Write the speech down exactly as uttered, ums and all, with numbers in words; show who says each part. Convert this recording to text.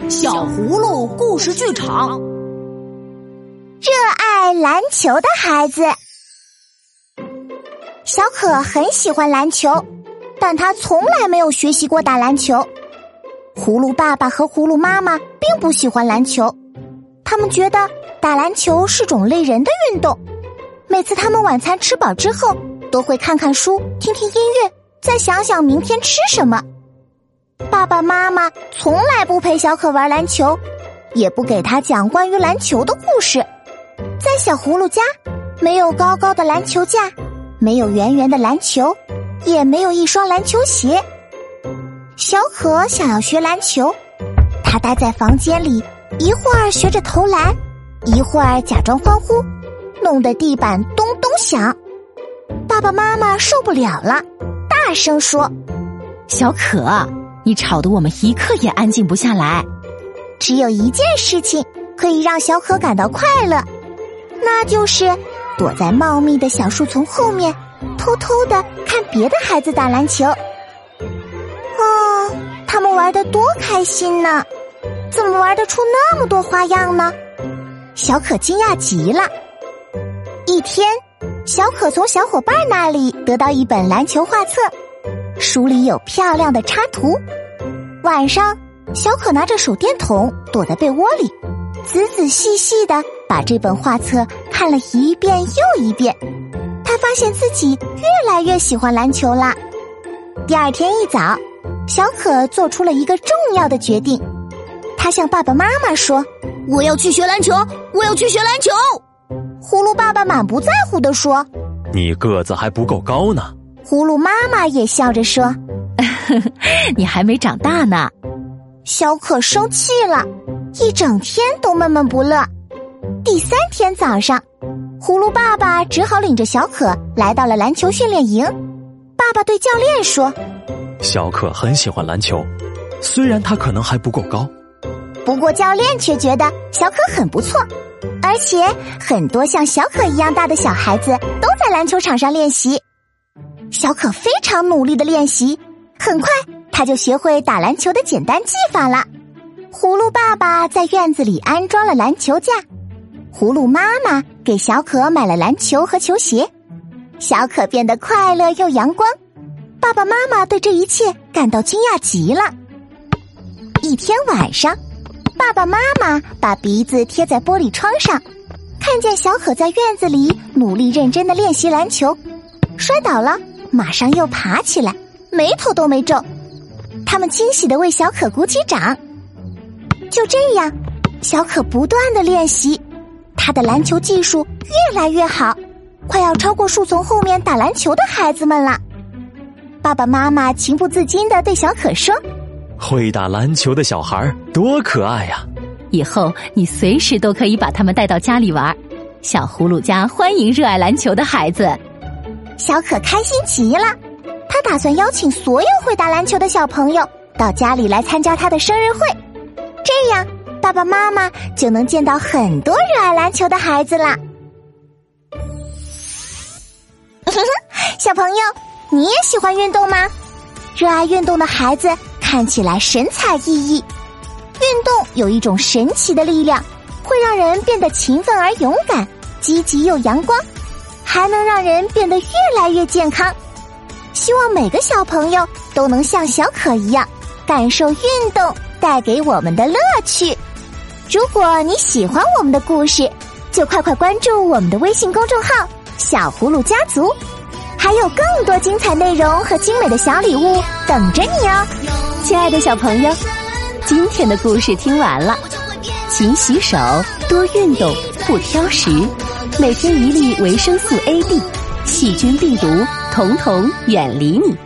Speaker 1: 小葫芦故事剧场。
Speaker 2: 热爱篮球的孩子。小可很喜欢篮球，但他从来没有学习过打篮球。葫芦爸爸和葫芦妈妈并不喜欢篮球，他们觉得打篮球是种累人的运动。每次他们晚餐吃饱之后，都会看看书，听听音乐，再想想明天吃什么。爸爸妈妈从来不陪小可玩篮球，也不给他讲关于篮球的故事。在小葫芦家，没有高高的篮球架，没有圆圆的篮球，也没有一双篮球鞋。小可想要学篮球，他待在房间里，一会儿学着投篮，一会儿假装欢呼，弄得地板咚咚响。爸爸妈妈受不了了，大声说：
Speaker 3: 小可，你吵得我们一刻也安静不下来。
Speaker 2: 只有一件事情可以让小可感到快乐，那就是躲在茂密的小树丛后面，偷偷地看别的孩子打篮球。哦，他们玩得多开心呢！怎么玩得出那么多花样呢？小可惊讶极了。一天，小可从小伙伴那里得到一本篮球画册，书里有漂亮的插图。晚上，小可拿着手电筒躲在被窝里，仔仔细细地把这本画册看了一遍又一遍。他发现自己越来越喜欢篮球了。第二天一早，小可做出了一个重要的决定。他向爸爸妈妈说：
Speaker 1: 我要去学篮球，我要去学篮球。
Speaker 2: 葫芦爸爸满不在乎地说：
Speaker 4: 你个子还不够高呢。
Speaker 2: 葫芦妈妈也笑着说：
Speaker 3: 你还没长大呢。
Speaker 2: 小可生气了，一整天都闷闷不乐。第三天早上，葫芦爸爸只好领着小可来到了篮球训练营。爸爸对教练说：
Speaker 4: 小可很喜欢篮球，虽然他可能还不够高。
Speaker 2: 不过教练却觉得小可很不错，而且很多像小可一样大的小孩子都在篮球场上练习。小可非常努力的练习，很快他就学会打篮球的简单技法了。葫芦爸爸在院子里安装了篮球架，葫芦妈妈给小可买了篮球和球鞋，小可变得快乐又阳光。爸爸妈妈对这一切感到惊讶极了。一天晚上，爸爸妈妈把鼻子贴在玻璃窗上，看见小可在院子里努力认真地练习篮球，摔倒了，马上又爬起来，眉头都没皱。他们惊喜地为小可鼓起掌。就这样，小可不断地练习，他的篮球技术越来越好，快要超过树丛后面打篮球的孩子们了。爸爸妈妈情不自禁地对小可说：
Speaker 4: 会打篮球的小孩多可爱呀！
Speaker 3: 以后你随时都可以把他们带到家里玩。小葫芦家欢迎热爱篮球的孩子。
Speaker 2: 小可开心极了，他打算邀请所有会打篮球的小朋友到家里来参加他的生日会，这样爸爸妈妈就能见到很多热爱篮球的孩子啦。小朋友，你也喜欢运动吗？热爱运动的孩子看起来神采奕奕。运动有一种神奇的力量，会让人变得勤奋而勇敢，积极又阳光，还能让人变得越来越健康。希望每个小朋友都能像小可一样，感受运动带给我们的乐趣。如果你喜欢我们的故事，就快快关注我们的微信公众号小葫芦家族，还有更多精彩内容和精美的小礼物等着你哦。
Speaker 3: 亲爱的小朋友，今天的故事听完了，勤洗手，多运动，不挑食，每天一粒维生素 A D， 细菌病毒统统远离你。